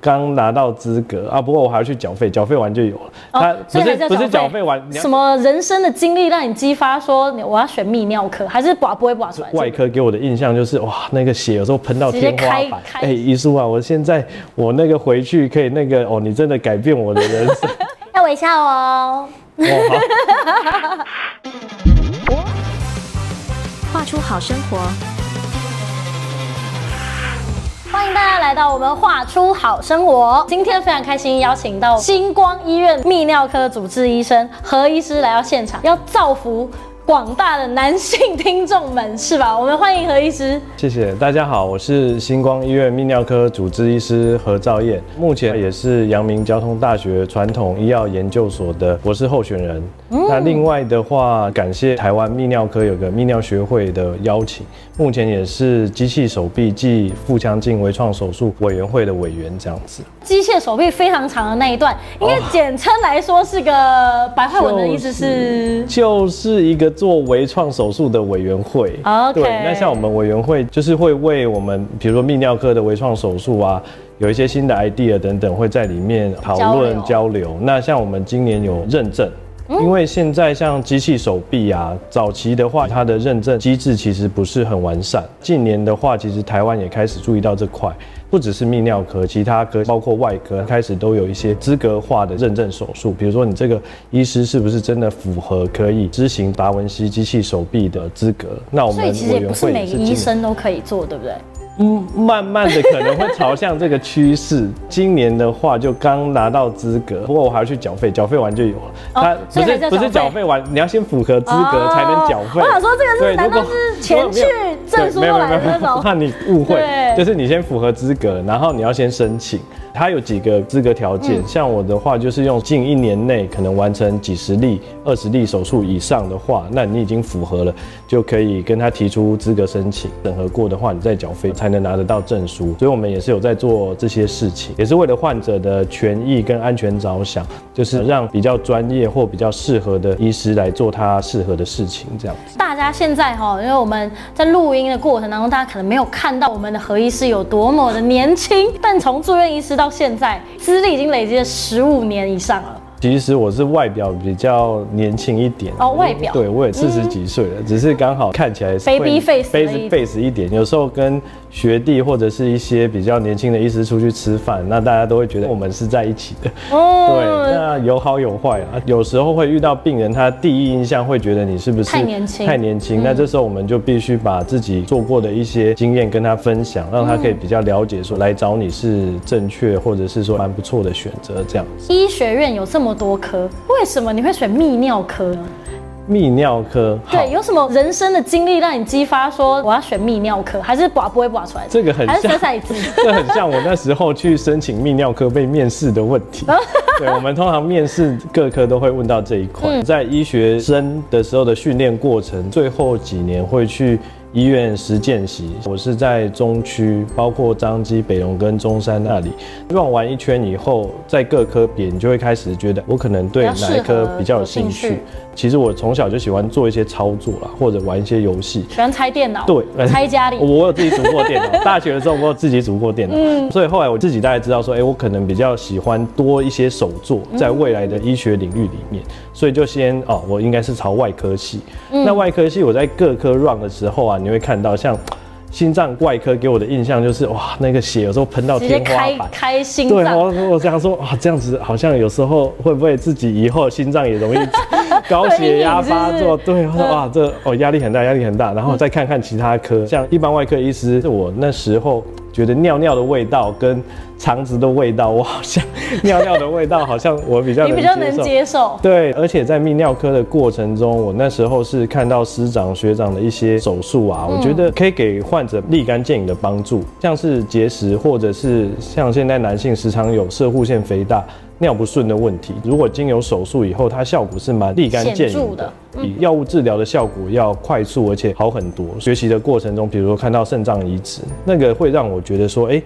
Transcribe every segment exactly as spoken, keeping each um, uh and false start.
刚拿到资格啊，不过我还要去缴费，缴费完就有了。他不是不是缴费完， 什么人生的经历让你激发说我要选泌尿科，还是拔不会拔出来？ 外科给我的印象就是哇，那个血有时候喷到天花板。哎，医叔啊，我现在我那个回去可以那个哦，你真的改变我的人生。 要微笑哦。哦好。画出好生活。 欢迎大家来到我们画出好生活。今天非常开心，邀请到星光医院泌尿科主治医生何医师来到现场，要造福广大的男性听众们，是吧？我们欢迎何医师。 谢谢大家好，我是星光医院泌尿科主治医师何兆彦，目前也是阳明交通大学传统医药研究所的博士候选人。嗯、那另外的话，感谢台湾泌尿科有个泌尿学会的邀请，目前也是机器手臂暨腹腔镜微创手术委员会的委员，这样子。 机械手臂非常长的那一段，应该简称来说是个白话文的意思是， 就是、就是一个做微创手术的委员会。 Okay. 对，那像我们委员会就是会为我们，比如说泌尿科的微创手术啊，有一些新的 idea 等等，会在里面讨论交流。那像我们今年有认证。因为现在像机器手臂啊，早期的话，它的认证机制其实不是很完善。近年的话，其实台湾也开始注意到这块，不只是泌尿科，其他科包括外科，开始都有一些资格化的认证手术。比如说你这个医师是不是真的符合可以执行达文西机器手臂的资格？那我们所以其实也不是每个医生都可以做，对不对？ 嗯，慢慢的可能会朝向这个趋势。今年的话，就刚拿到资格，不过我还要去缴费，缴费完就有了。它不是不是缴费完，你要先符合资格才能缴费。 我想说这个是难道是前去证书过来的那种？ 怕你误会，就是你先符合资格，然后你要先申请。它有几个资格条件，嗯、像我的话就是用近一年内可能完成几十例、二十例手术以上的话，那你已经符合了，就可以跟他提出资格申请，审核过的话，你再缴费才能拿得到证书。所以我们也是有在做这些事情，也是为了患者的权益跟安全着想，就是让比较专业或比较适合的医师来做他适合的事情，这样子。 大家现在哈，因为我们在录音的过程当中，大家可能没有看到我们的何医师有多么的年轻，但从住院医师到现在，资历已经累积了十五年以上了。 其实我是外表比较年轻一点哦，外表对我也四十几岁了，嗯、只是刚好看起来 baby face baby face 一点。有时候跟学弟或者是一些比较年轻的医师出去吃饭，那大家都会觉得我们是在一起的。哦，对，那有好有坏啊。有时候会遇到病人，他第一印象会觉得你是不是太年轻？ 太年轻。嗯、那这时候我们就必须把自己做过的一些经验跟他分享，让他可以比较了解说来找你是正确，或者是说蛮不错的选择这样子。 医学院有这么多科，为什么你会选泌尿科呢？ 泌尿科对，有什么人生的经历让你激发说我要选泌尿科，还是拔不会拔出来？ 这个很像， 还是色骰子？ 这很像我那时候去申请泌尿科被面试的问题。对，我们通常面试各科都会问到这一块。嗯、在医学生的时候的训练过程，最后几年会去医院实践习。我是在中区，包括彰基、北荣跟中山那里逛完一圈以后，在各科别你就会开始觉得我可能对哪一科比较有兴趣。其实我从小就喜欢做一些操作啦，或者玩一些游戏。 喜欢拆电脑？ 对， 拆家里。 我有自己组过电脑，大学的时候我有自己组过电脑，嗯、所以后来我自己大概知道说，哎、欸，我可能比较喜欢多一些手作，在未来的医学领域里面，所以就先哦，我应该是朝外科系。嗯、那外科系我在各科 run 的时候啊，你会看到像心脏外科给我的印象就是哇，那个血有时候喷到天花板， 开开心脏。 对，我我想说啊，这样子好像有时候会不会自己以后心脏也容易高血压发作？对，我说哇，这哦压力很大，压力很大。然后再看看其他科，像一般外科医师，我那时候觉得尿尿的味道跟肠子的味道，我好像尿尿的味道好像我比较能接受，你比较能接受。 对，而且在泌尿科的过程中，我那时候是看到师长学长的一些手术啊，嗯、我觉得可以给患者立竿见影的帮助，像是结石，或者是像现在男性时常有攝護腺肥大、尿不顺的问题，如果经由手术以后，它效果是蛮立竿见影的，比药物治疗的效果要快速而且好很多。学习的过程中，比如说看到肾脏移植，那个会让我觉得说，哎、欸。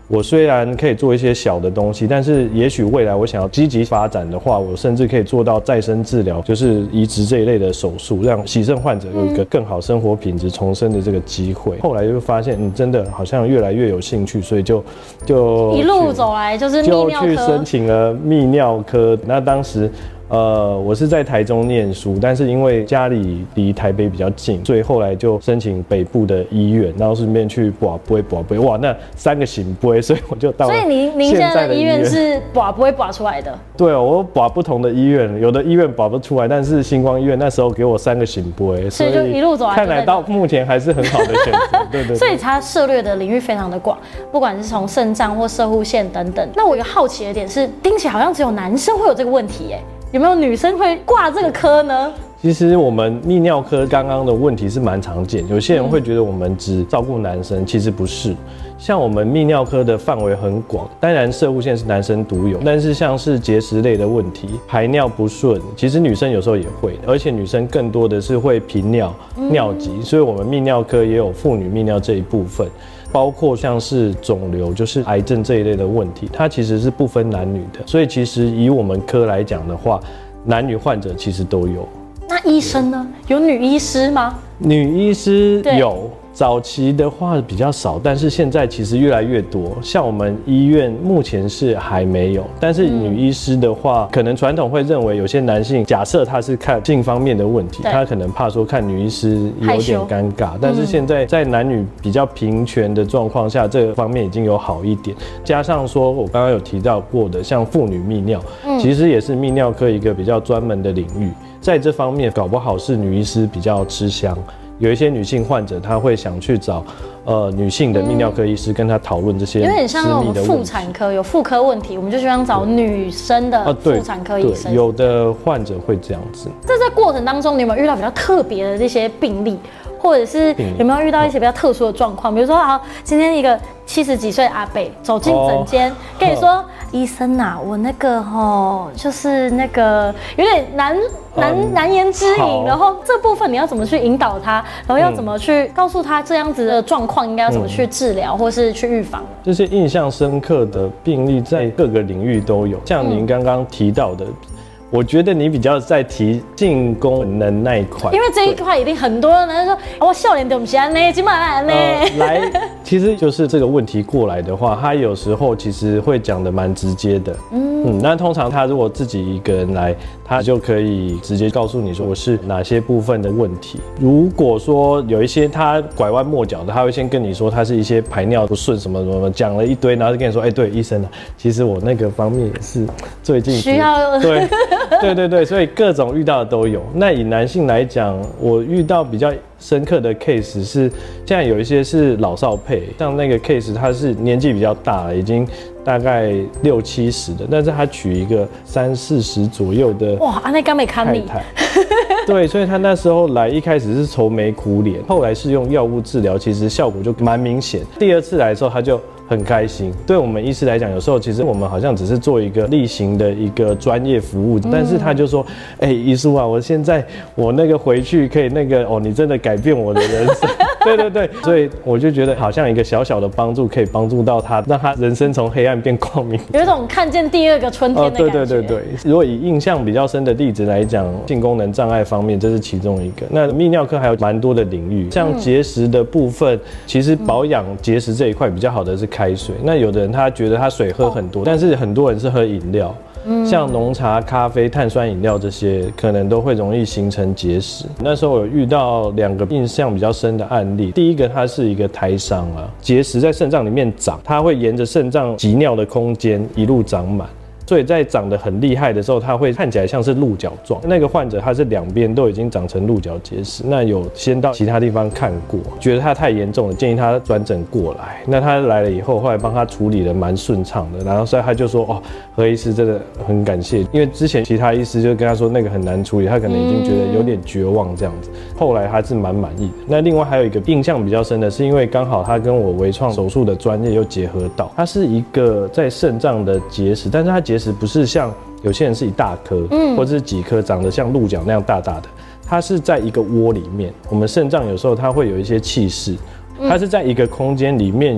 我虽然可以做一些小的东西，但是也许未来我想要积极发展的话，我甚至可以做到再生治疗，就是移植这一类的手术，让洗肾患者有一个更好生活品质、重生的这个机会。后来就发现，嗯，真的好像越来越有兴趣，所以就就一路走来就是泌尿科， 就去申请了泌尿科。那当时。呃，我是在台中念书，但是因为家里离台北比较近，所以后来就申请北部的医院，然后顺便去拔杯拔杯，哇，那三个醒杯，所以我就到了。 所以您您现在的医院是拔杯拔出来的？ 对哦，我拔不同的医院，有的医院拔不出来，但是星光医院那时候给我三个醒杯， 所以就一路走来， 看来到目前还是很好的选择。对 对, 對。 所以它涉猎的领域非常的广，不管是从肾脏或攝護腺等等。那我有个好奇的点是，听起来好像只有男生会有这个问题，哎。有没有女生会挂这个科呢？ 其实我们泌尿科刚刚的问题是蛮常见，有些人会觉得我们只照顾男生，其实不是。像我们泌尿科的范围很广，当然攝護腺是男生独有，但是像是结石类的问题、排尿不顺，其实女生有时候也会，而且女生更多的是会频尿、尿急，所以我们泌尿科也有妇女泌尿这一部分。包括像是肿瘤，就是癌症这一类的问题，它其实是不分男女的。所以其实以我们科来讲的话，男女患者其实都有。 那医生呢？有女医师吗？ 女医师有。早期的话比较少，但是现在其实越来越多。像我们医院目前是还没有，但是女医师的话，可能传统会认为有些男性，假设他是看性方面的问题，他可能怕说看女医师有点尴尬。但是现在在男女比较平权的状况下，这个方面已经有好一点。加上说我刚刚有提到过的，像妇女泌尿，其实也是泌尿科一个比较专门的领域，在这方面搞不好是女医师比较吃香。有一些女性患者，她会想去找呃女性的泌尿科医师，跟她讨论这些私密的问题。有点像我们妇产科有妇科问题，我们就希望找女生的妇产科医生。 对，有的患者会这样子。 这在过程当中，你有没有遇到比较特别的这些病例，或者是有没有遇到一些比较特殊的状况？比如说，好，今天一个七十几岁的阿伯走进诊间，跟你说。医生啊，我那个吼，就是那个有点难难、嗯、难言之隐，然后这部分你要怎么去引导他，然后要怎么去告诉他这样子的状况应该要怎么去治疗、嗯、或是去预防？ 这些印象深刻的病例在各个领域都有，像您刚刚提到的。嗯我觉得你比较在提性功能那一块， 因为这一块一定很多人说，我笑脸都不是安呢，今晚来呢。 来，其实就是这个问题过来的话，他有时候其实会讲的蛮直接的。嗯嗯，那通常他如果自己一个人来，他就可以直接告诉你说我是哪些部分的问题。如果说有一些他拐弯抹角的，他会先跟你说他是一些排尿不顺什么什么，讲了一堆，然后就跟你说，哎、欸，对，医生啊，其实我那个方面也是最近需要对。对对对，所以各种遇到的都有。那以男性来讲，我遇到比较深刻的 case 是，现在有一些是老少配，像那个 case 他是年纪比较大了，已经大概六七十的，但是他娶一个三四十左右的哇，那刚没看你。 对，所以他那时候来一开始是愁眉苦脸，后来是用药物治疗，其实效果就蛮明显。第二次来的时候他就很开心。对我们医师来讲，有时候其实我们好像只是做一个例行的一个专业服务，但是他就说，哎、欸，医师啊，我现在我那个回去可以那个哦，你真的改变我的人生。对对对，所以我就觉得好像一个小小的帮助可以帮助到他，让他人生从黑暗变光明， 有一种看见第二个春天的感觉。 哦，对对对对。如果以印象比较深的例子来讲，性功能障碍方面，这是其中一个。那泌尿科还有蛮多的领域，像结石的部分，嗯、其实保养结石这一块比较好的是开水。那有的人他觉得他水喝很多，哦、但是很多人是喝饮料。像浓茶、咖啡、碳酸饮料这些，可能都会容易形成结石。那时候有遇到两个印象比较深的案例。第一个，它是一个胎伤啊，结石在肾脏里面长，它会沿着肾脏集尿的空间一路长满。所以在长得很厉害的时候，它会看起来像是鹿角状。那个患者他是两边都已经长成鹿角结石，那有先到其他地方看过，觉得他太严重了，建议他转诊过来。那他来了以后，后来帮他处理的蛮顺畅的，然后所以他就说，哦，何医师真的很感谢，因为之前其他医师就跟他说那个很难处理，他可能已经觉得有点绝望这样子。后来他是蛮满意的。那另外还有一个印象比较深的是，因为刚好他跟我微创手术的专业又结合到，他是一个在肾脏的结石，但是他结石不是像有些人是一大颗，嗯，或者是几颗长得像鹿角那样大大的，它是在一个窝里面。我们肾脏有时候它会有一些气室，它是在一个空间里面有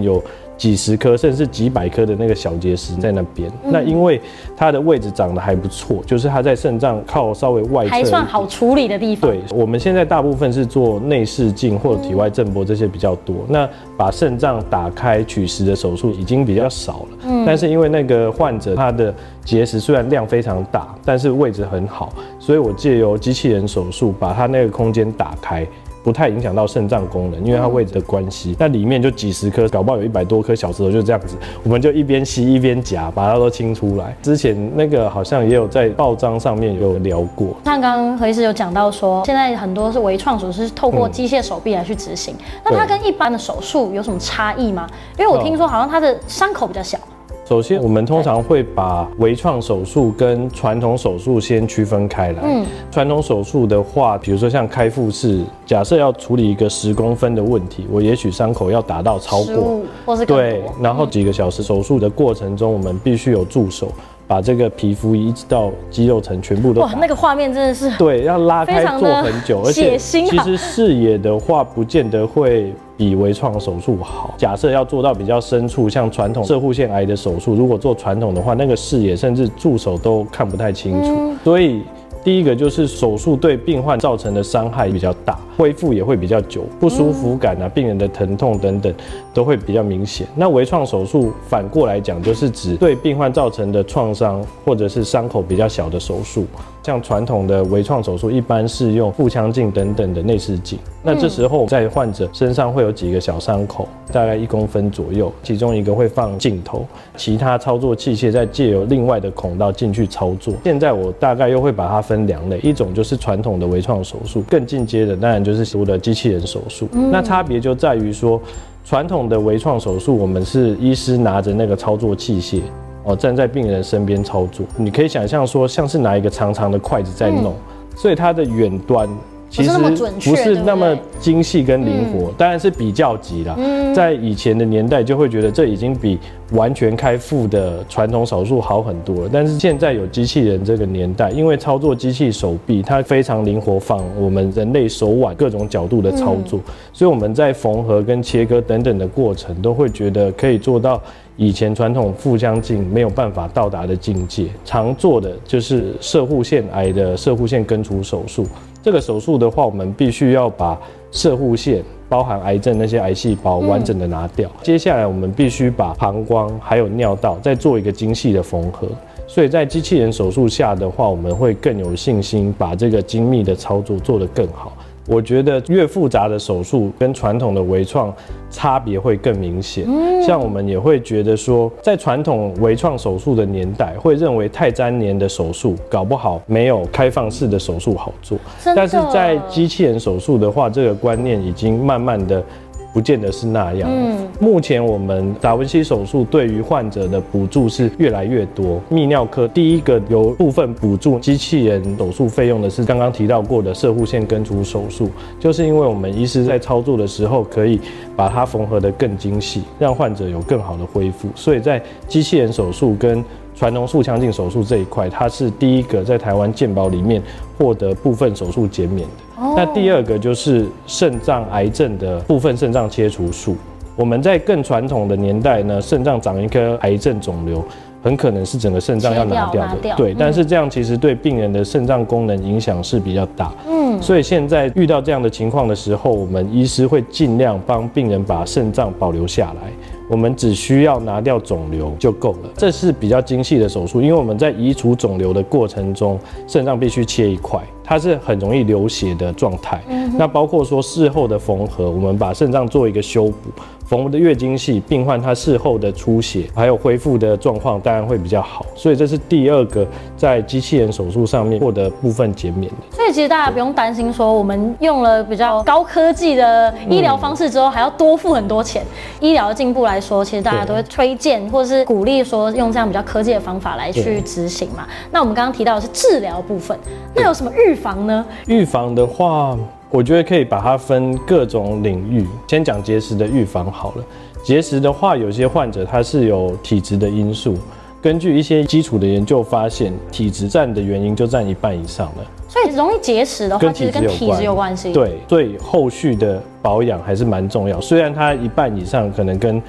几十颗甚至几百颗的那个小结石在那边。嗯、那因为它的位置长得还不错，就是它在肾脏靠稍微外侧， 还算好处理的地方。 对，我们现在大部分是做内视镜或者体外震波这些比较多。嗯、那把肾脏打开取石的手术已经比较少了。嗯、但是因为那个患者他的结石虽然量非常大，但是位置很好，所以我借由机器人手术把它那个空间打开。不太影响到肾脏功能，因为它位置的关系。那里面就几十颗，搞不好有一百多颗小石头，就这样子，我们就一边吸一边夹，把它都清出来。之前那个好像也有在报章上面有聊过。 像刚刚何医师有讲到说，现在很多是微创手术是透过机械手臂来去执行，嗯、那它跟一般的手术有什么差异吗？因为我听说好像它的伤口比较小。 首先，我们通常会把微创手术跟传统手术先区分开来。嗯，传统手术的话，比如说像开腹式，假设要处理一个十公分的问题，我也许伤口要达到超过， 或是更多对，然后几个小时手术的过程中，我们必须有助手。把这个皮肤一直到肌肉层全部都哇，那个画面真的是对，要拉开做很久，而且其实视野的话，不见得会比微创手术好。假设要做到比较深处，像传统射护腺癌的手术，如果做传统的话，那个视野甚至助手都看不太清楚，嗯、所以。第一个就是手术对病患造成的伤害比较大，恢复也会比较久，不舒服感啊、病人的疼痛等等都会比较明显。那微创手术反过来讲，就是指对病患造成的创伤或者是伤口比较小的手术。像传统的微创手术，一般是用腹腔镜等等的内视镜。那这时候在患者身上会有几个小伤口，大概一公分左右，其中一个会放镜头，其他操作器械再借由另外的孔道进去操作。现在我大概又会把它分两类，一种就是传统的微创手术，更进阶的当然就是所谓的机器人手术。嗯、那差别就在于说，传统的微创手术，我们是医师拿着那个操作器械。哦，站在病人身边操作，你可以想象说，像是拿一个长长的筷子在弄，嗯、所以它的远端其实不是那么精细跟灵活，嗯、当然是比较级啦。嗯、在以前的年代就会觉得这已经比完全开腹的传统手术好很多了，但是现在有机器人这个年代，因为操作机器手臂它非常灵活，仿我们人类手腕各种角度的操作，嗯、所以我们在缝合跟切割等等的过程，都会觉得可以做到以前传统腹腔镜没有办法到达的境界。常做的就是射护腺癌的射护腺根除手术。这个手术的话，我们必须要把射护腺包含癌症那些癌细胞完整的拿掉。嗯、接下来我们必须把膀胱还有尿道再做一个精细的缝合。所以在机器人手术下的话，我们会更有信心把这个精密的操作做得更好。我觉得越复杂的手术跟传统的微创差别会更明显。嗯、像我们也会觉得说，在传统微创手术的年代，会认为太粘连的手术搞不好没有开放式的手术好做。但是在机器人手术的话，这个观念已经慢慢的不见得是那样。嗯，目前我们达文西手术对于患者的补助是越来越多。泌尿科第一个有部分补助机器人手术费用的是刚刚提到过的射护腺根除手术，就是因为我们医师在操作的时候可以把它缝合得更精细，让患者有更好的恢复。所以在机器人手术跟传统腹腔镜手术这一块，它是第一个在台湾健保里面获得部分手术减免的。哦、那第二个就是肾脏癌症的部分肾脏切除术。我们在更传统的年代呢，肾脏长一颗癌症肿瘤，很可能是整个肾脏要拿掉的。掉对，嗯、但是这样其实对病人的肾脏功能影响是比较大。嗯，所以现在遇到这样的情况的时候，我们医师会尽量帮病人把肾脏保留下来。我们只需要拿掉肿瘤就够了，这是比较精细的手术，因为我们在移除肿瘤的过程中，肾脏必须切一块，它是很容易流血的状态。嗯、那包括说事后的缝合，我们把肾脏做一个修补，缝的越精细，病患他事后的出血还有恢复的状况当然会比较好。所以这是第二个在机器人手术上面获得部分减免的。 所以其实大家不用担心说我们用了比较高科技的医疗方式之后还要多付很多钱。嗯、医疗的进步来说，其实大家都会推荐或是鼓励说用这样比较科技的方法来去执行嘛。那我们刚刚提到的是治疗部分，那有什么预防呢？ 预防的话，我觉得可以把它分各种领域。先讲结石的预防好了。结石的话，有些患者他是有体质的因素，根据一些基础的研究发现，体质占的原因就占一半以上了。 所以容易结石的话，其实跟体质有关系。 对，所以后续的保养还是蛮重要。虽然它一半以上可能跟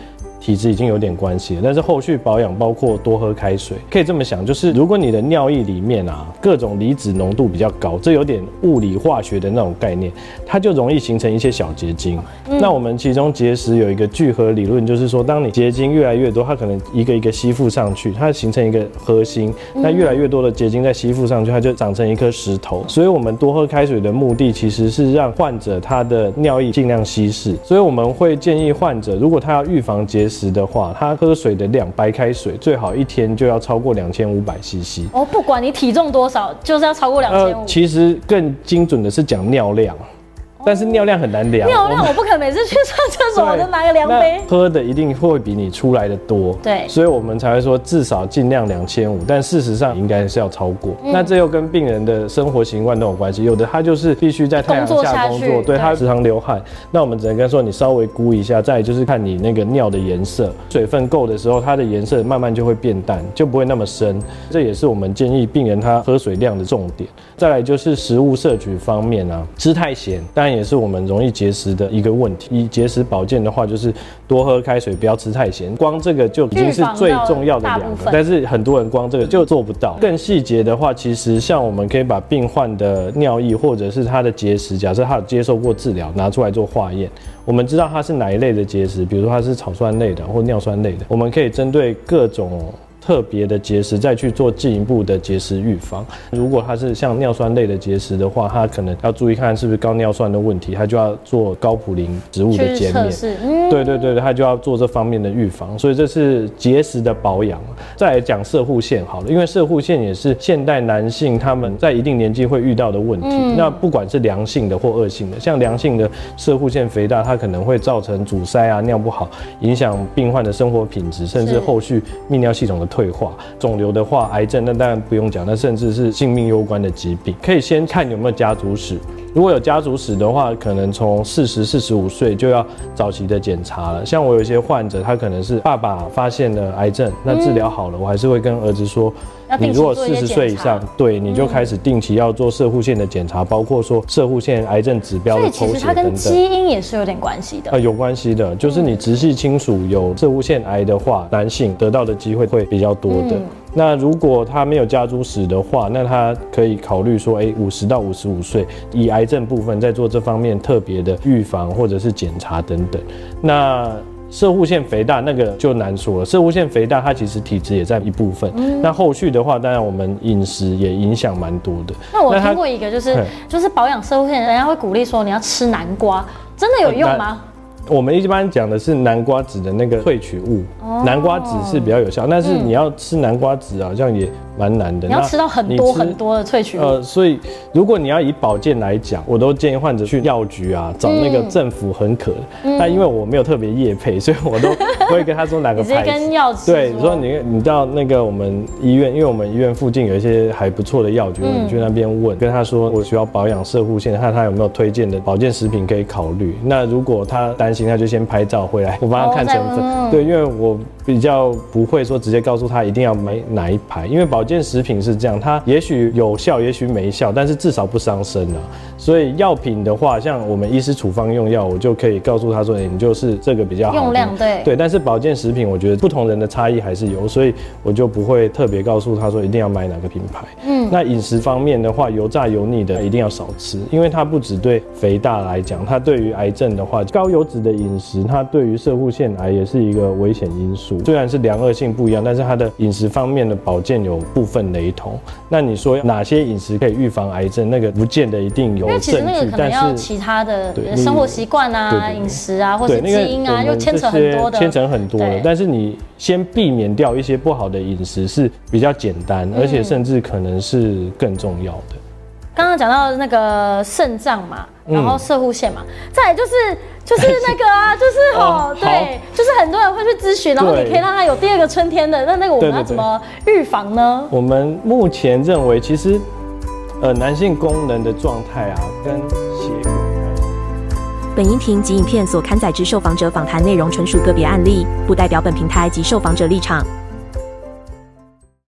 体质已经有点关系了，但是后续保养包括多喝开水，可以这么想，就是如果你的尿液里面啊各种离子浓度比较高，这有点物理化学的那种概念，它就容易形成一些小结晶。嗯、那我们其中结石有一个聚合理论，就是说当你结晶越来越多，它可能一个一个吸附上去，它形成一个核心，那越来越多的结晶在吸附上去，它就长成一颗石头。所以我们多喝开水的目的其实是让患者他的尿液尽量稀释，所以我们会建议患者，如果他要预防结石的话，他喝水的量，白开水最好一天就要超过两千五百 C C。 哦，不管你体重多少，就是要超过两千五。 呃，其实更精准的是讲尿量。但是尿量很难量， 尿量我不可能每次去上厕所我就拿个量杯， 喝的一定会比你出来的多， 对， 所以我们才会说至少尽量两千五，但事实上应该是要超过。嗯、那这又跟病人的生活习惯都有关系，有的他就是必须在太阳下工作，对他时常流汗，那我们只能跟他说你稍微估一下，再来就是看你那个尿的颜色，水分够的时候，它的颜色慢慢就会变淡，就不会那么深。这也是我们建议病人他喝水量的重点。再来就是食物摄取方面啊，吃太咸，当然也是我们容易结石的一个问题。以结石保健的话，就是多喝开水，不要吃太咸。光这个就已经是最重要的两个，但是很多人光这个就做不到。更细节的话，其实像我们可以把病患的尿液或者是他的结石，假设他有接受过治疗，拿出来做化验，我们知道他是哪一类的结石，比如说他是草酸类的或尿酸类的，我们可以针对各种特别的结石再去做进一步的结石预防。如果它是像尿酸类的结石的话，它可能要注意看是不是高尿酸的问题，它就要做高普林植物的减免。嗯、对对对，它就要做这方面的预防。所以这是结石的保养。再来讲攝護腺好了，因为攝護腺也是现代男性他们在一定年纪会遇到的问题。嗯、那不管是良性的或恶性的，像良性的攝護腺肥大，它可能会造成阻塞啊、尿不好，影响病患的生活品质，甚至后续泌尿系统的退化。肿瘤的话，癌症那当然不用讲，那甚至是性命攸关的疾病。可以先看有没有家族史，如果有家族史的话，可能从四十、四十五岁就要早期的检查了。像我有一些患者，他可能是爸爸发现了癌症，那治疗好了，我还是会跟儿子说，你如果四十岁以上，对，你就开始定期要做攝護腺的检查，包括说攝護腺癌症指标的抽血等等。所以其实它跟基因也是有点关系的。 呃，有关系的，就是你直系亲属有攝護腺癌的话，男性得到的机会会比较多的。嗯、那如果他没有家族史的话，那他可以考虑说，哎，五十到五十五岁，以癌症部分在做这方面特别的预防或者是检查等等。那攝護腺肥大那个就难说了，攝護腺肥大它其实体质也占一部分。嗯、那后续的话，当然我们饮食也影响蛮多的。 那我听过一个就是就是保养攝護腺，人家会鼓励说你要吃南瓜，真的有用吗？ 我们一般讲的是南瓜籽的那个萃取物，哦、南瓜籽是比较有效，但是你要吃南瓜籽好像也蛮难的。 你要吃到很多很多的萃取物。呃， 所以如果你要以保健来讲，我都建议患者去药局啊找那个政府很可的。嗯、但因为我没有特别业配，所以我都不会跟他说哪个牌子。 直接跟药局对，你说你你到那个我们医院，因为我们医院附近有一些还不错的药局，嗯、你去那边问，跟他说我需要保养攝護腺，看他有没有推荐的保健食品可以考虑。那如果他担心，他就先拍照回来，我帮他看成分。哦、对，因为我比较不会说直接告诉他一定要买哪一排，因为保健食品是这样，它也许有效，也许没效，但是至少不伤身啊。所以药品的话，像我们医师处方用药，我就可以告诉他说，欸、你就是这个比较好用量，对对。但是保健食品，我觉得不同人的差异还是有，所以我就不会特别告诉他说一定要买哪个品牌。嗯，那饮食方面的话，油炸油腻的一定要少吃，因为它不只对肥大来讲，它对于癌症的话，高油脂的饮食，它对于攝護腺癌也是一个危险因素。虽然是良恶性不一样，但是它的饮食方面的保健有部分雷同。那你说哪些饮食可以预防癌症？那个不见得一定有证据，因为其实那个可能要其他的生活习惯啊、饮食啊，或是基因啊，又牵扯很多的， 牵扯很多的。但是你先避免掉一些不好的饮食是比较简单，而且甚至可能是更重要的。 刚刚讲到那个肾脏嘛，然后攝護腺嘛，再来就是就是那个啊，就是哦，哦对，就是很多人会去咨询，然后你可以让他有第二个春天的，那那个我们要怎么预防呢？ 我们目前认为，其实呃男性功能的状态啊，跟血管。 本音频及影片所刊载之受访者访谈内容纯属个别案例，不代表本平台及受访者立场。